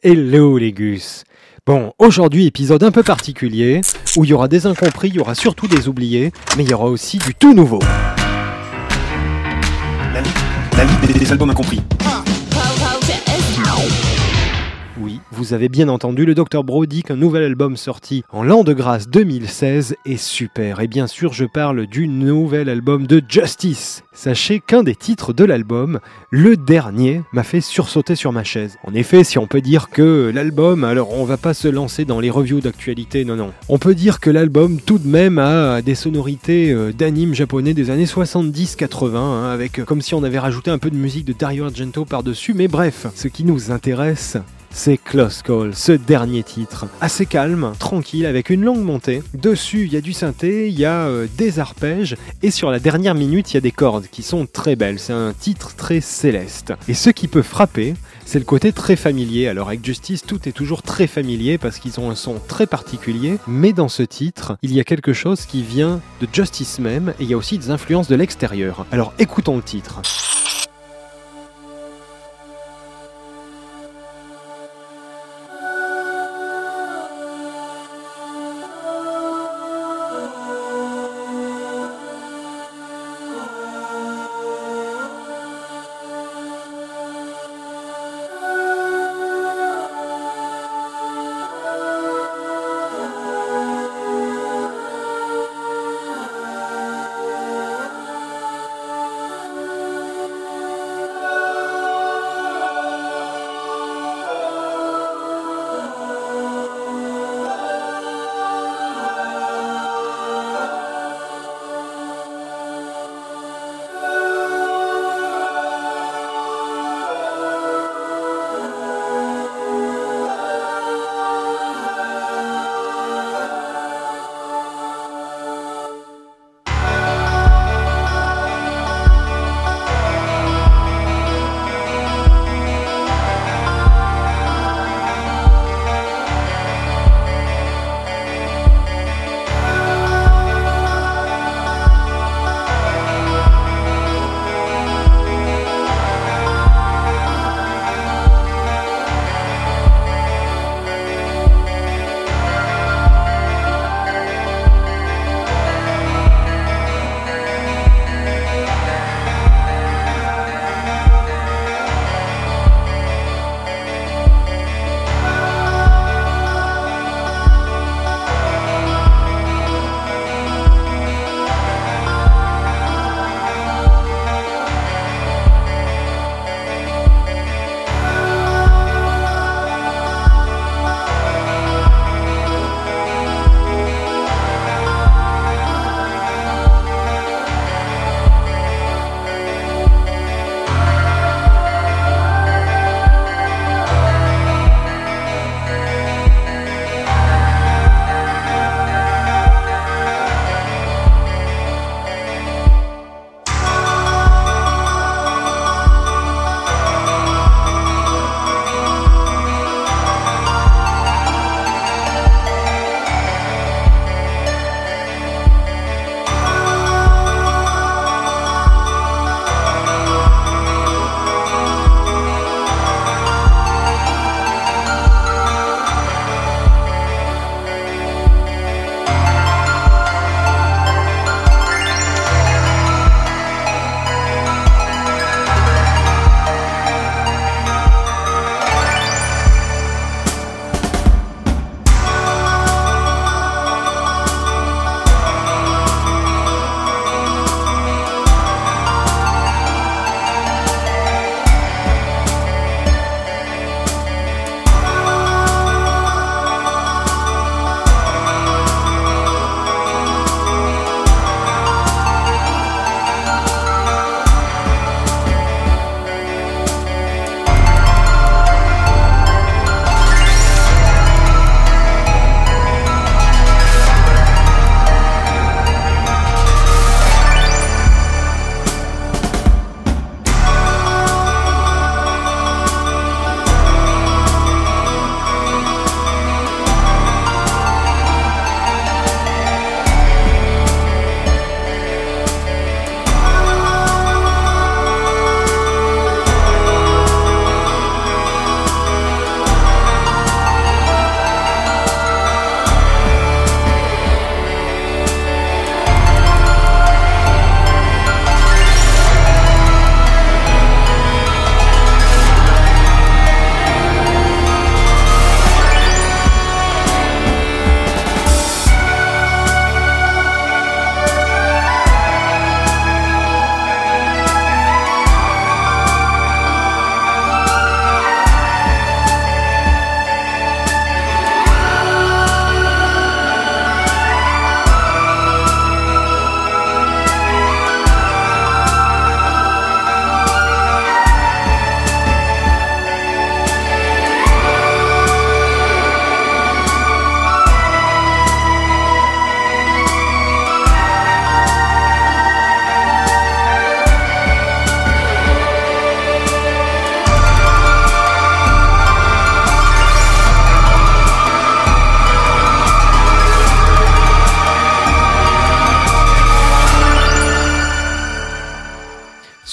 Hello les gus. Bon, aujourd'hui épisode un peu particulier, où il y aura des incompris, il y aura surtout des oubliés, mais il y aura aussi du tout nouveau. La liste des albums incompris. Oui, vous avez bien entendu, le Dr Bro dit qu'un nouvel album sorti en l'an de grâce 2016 est super. Et bien sûr, je parle du nouvel album de Justice. Sachez qu'un des titres de l'album, le dernier, m'a fait sursauter sur ma chaise. En effet, si on peut dire que l'album, alors on va pas se lancer dans les reviews d'actualité, non. On peut dire que l'album tout de même a des sonorités d'anime japonais des années 70-80, avec comme si on avait rajouté un peu de musique de Dario Argento par-dessus, mais bref, ce qui nous intéresse, c'est Close Call, ce dernier titre. Assez calme, tranquille, avec une longue montée. Dessus, il y a du synthé, il y a des arpèges, et sur la dernière minute, il y a des cordes qui sont très belles. C'est un titre très céleste. Et ce qui peut frapper, c'est le côté très familier. Alors avec Justice, tout est toujours très familier parce qu'ils ont un son très particulier. Mais dans ce titre, il y a quelque chose qui vient de Justice même, et il y a aussi des influences de l'extérieur. Alors écoutons le titre.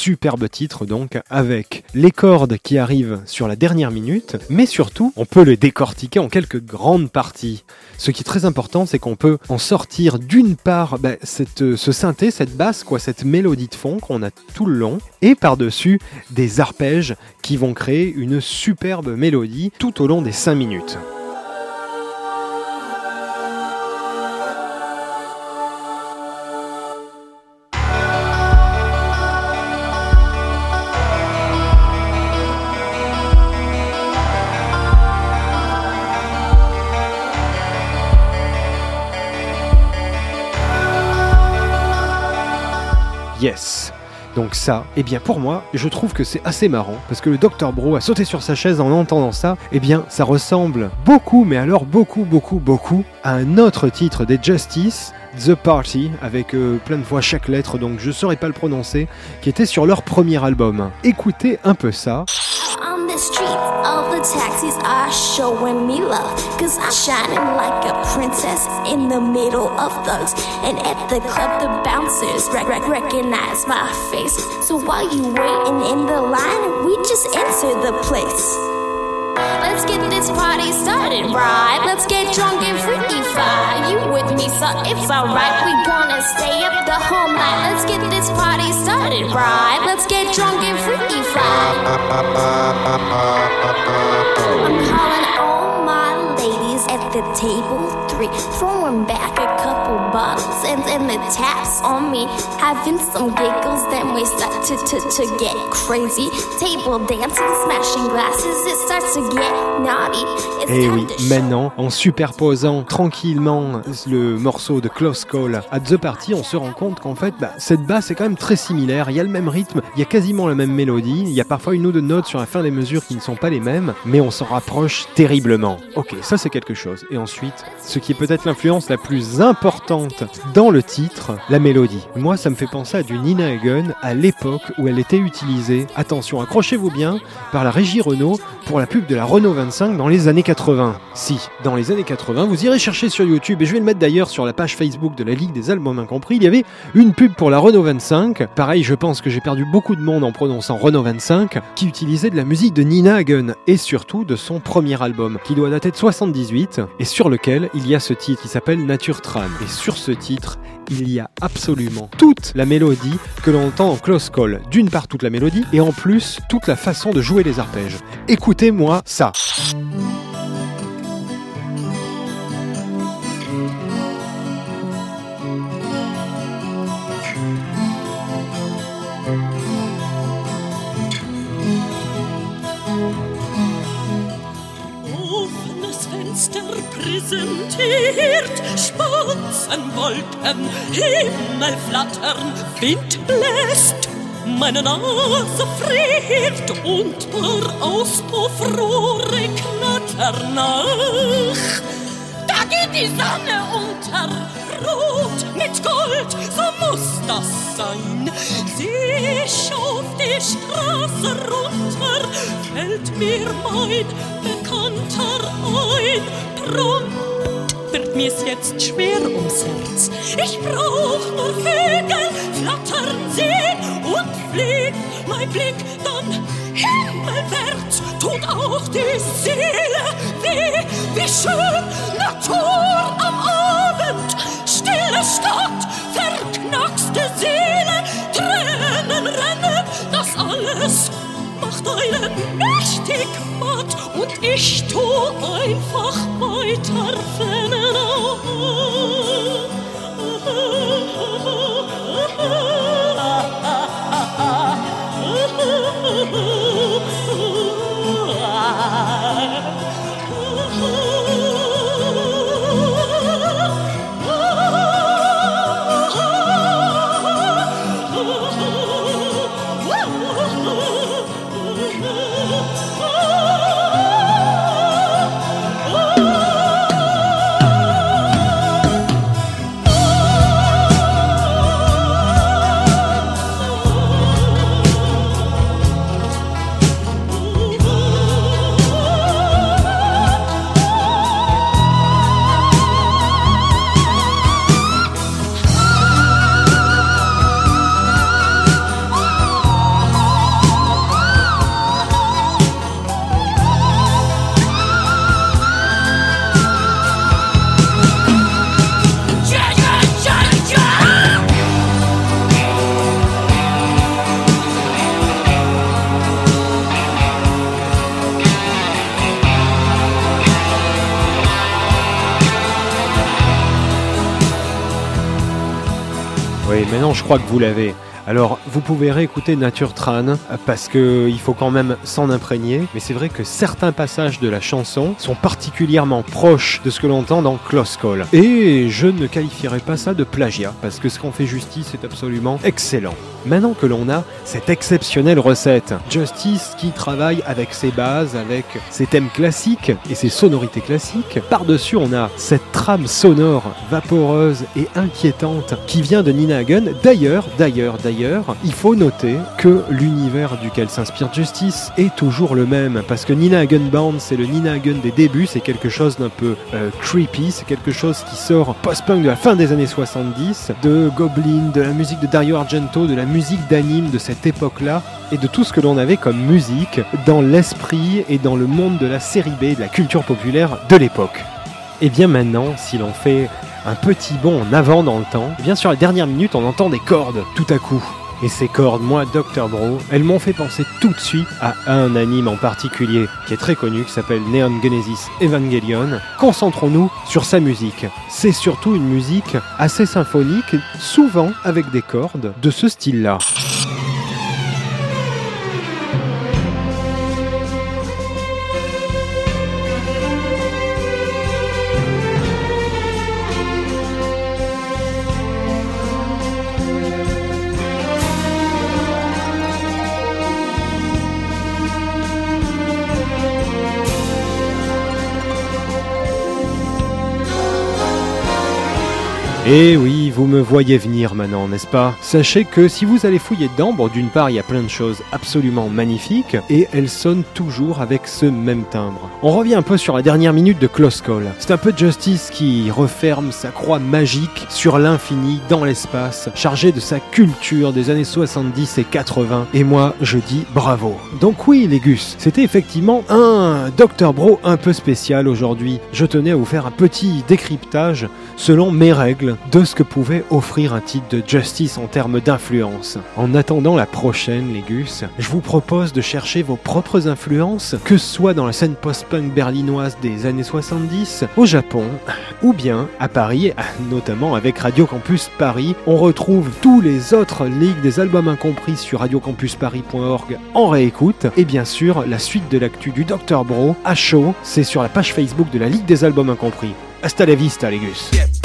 superbe titre donc, avec les cordes qui arrivent sur la dernière minute, mais surtout, on peut le décortiquer en quelques grandes parties. Ce qui est très important, c'est qu'on peut en sortir d'une part ce synthé, cette basse, cette mélodie de fond qu'on a tout le long, et par-dessus des arpèges qui vont créer une superbe mélodie tout au long des 5 minutes. Yes. Donc ça, eh bien pour moi, je trouve que c'est assez marrant, parce que le Dr Bro a sauté sur sa chaise en entendant ça, eh bien ça ressemble beaucoup, mais alors beaucoup, à un autre titre des Justice, The Party, avec plein de fois chaque lettre, donc je saurais pas le prononcer, qui était sur leur premier album. Écoutez un peu ça. On the streets, all the taxis are showing me love, cause I'm shining like a princess in the middle of thugs. And at the club, the bouncers recognize my face. So while you waiting in the line, we just enter the place. Let's get this party started, right? Let's get drunk and freaky fly. You with me, so it's alright. We gonna stay up the whole night. Let's get this party started, right? Let's get drunk and freaky fly. I'm calling all my ladies at the table 3, throwing back a couple bottles and the taps on me, having some giggles. Then we start to get crazy. Table dancing, smashing glasses. It starts to get naughty. Et oui, maintenant, en superposant tranquillement le morceau de Close Call à The Party, on se rend compte qu'en fait, cette basse est quand même très similaire. Il y a le même rythme, il y a quasiment la même mélodie. Il y a parfois une ou deux notes sur la fin des mesures qui ne sont pas les mêmes, mais on s'en rapproche terriblement. Ok, ça c'est quelque chose. Et ensuite, ce qui est peut-être l'influence la plus importante dans le titre, la mélodie. Moi, ça me fait penser à du Nina Hagen à l'époque où elle était utilisée, attention, accrochez-vous bien, par la régie Renault pour la pub de la Renault 25 dans les années 80. Si, dans les années 80, vous irez chercher sur YouTube, et je vais le mettre d'ailleurs sur la page Facebook de la Ligue des Albums Incompris, il y avait une pub pour la Renault 25. Pareil, je pense que j'ai perdu beaucoup de monde en prononçant Renault 25, qui utilisait de la musique de Nina Hagen, et surtout de son premier album, qui doit dater de 78, et sur lequel il y a ce titre qui s'appelle Nature Tran. Et sur ce titre, il y a absolument toute la mélodie que l'on entend en Close Call. D'une part toute la mélodie, et en plus toute la façon de jouer les arpèges. Écoutez-moi ça. Präsentiert Spatzenwolken, Himmel flattern, Wind bläst, meine Nase friert und paar Auspuffrohre knattern nach. Da geht die Sonne unter, rot mit Gold, so muss das sein. Sieh ich auf die Straße runter, fällt mir mein Bekannter ein. Drum wird mir's jetzt schwer ums Herz. Ich brauch nur Vögel flattern sehen und fliegt mein Blick dann himmelwärts. Tut auch die Seele weh, wie schön Natur am Abend. Stille Stadt, verknackste Seele, Tränen rennen, das alles macht einen mächtig matt und ich tu einfach weiter flennen. Oui, maintenant je crois que vous l'avez. Alors, vous pouvez réécouter Nature Tran, parce qu'il faut quand même s'en imprégner, mais c'est vrai que certains passages de la chanson sont particulièrement proches de ce que l'on entend dans Close Call. Et je ne qualifierais pas ça de plagiat, parce que ce qu'on fait Justice est absolument excellent. Maintenant que l'on a cette exceptionnelle recette, Justice qui travaille avec ses bases, avec ses thèmes classiques et ses sonorités classiques, par-dessus on a cette trame sonore, vaporeuse et inquiétante qui vient de Nina Hagen. D'ailleurs, il faut noter que l'univers duquel s'inspire Justice est toujours le même, parce que Nina Hagen Band, c'est le Nina Hagen des débuts, c'est quelque chose d'un peu creepy, c'est quelque chose qui sort post-punk de la fin des années 70, de Goblin, de la musique de Dario Argento, de la musique d'anime de cette époque-là, et de tout ce que l'on avait comme musique dans l'esprit et dans le monde de la série B, de la culture populaire de l'époque. Et bien maintenant, si l'on fait un petit bond en avant dans le temps, bien sur les dernières minutes, on entend des cordes tout à coup. Et ces cordes, moi, Dr. Bro, elles m'ont fait penser tout de suite à un anime en particulier, qui est très connu, qui s'appelle Neon Genesis Evangelion. Concentrons-nous sur sa musique. C'est surtout une musique assez symphonique, souvent avec des cordes de ce style-là. Et oui, vous me voyez venir maintenant, n'est-ce pas? Sachez que si vous allez fouiller dedans, bon, d'une part, il y a plein de choses absolument magnifiques, et elles sonnent toujours avec ce même timbre. On revient un peu sur la dernière minute de Close Call. C'est un peu Justice qui referme sa croix magique sur l'infini, dans l'espace, chargé de sa culture des années 70 et 80, et moi, je dis bravo. Donc oui, les Gus, c'était effectivement un Dr. Bro un peu spécial aujourd'hui. Je tenais à vous faire un petit décryptage, selon mes règles, de ce que pouvait offrir un titre de Justice en termes d'influence. En attendant la prochaine, les Gus, je vous propose de chercher vos propres influences, que ce soit dans la scène post-punk berlinoise des années 70, au Japon, ou bien à Paris, notamment avec Radio Campus Paris. On retrouve tous les autres ligues des albums incompris sur radiocampusparis.org en réécoute, et bien sûr, la suite de l'actu du Dr. Bro à chaud, c'est sur la page Facebook de la Ligue des albums incompris. Hasta la vista, les Gus.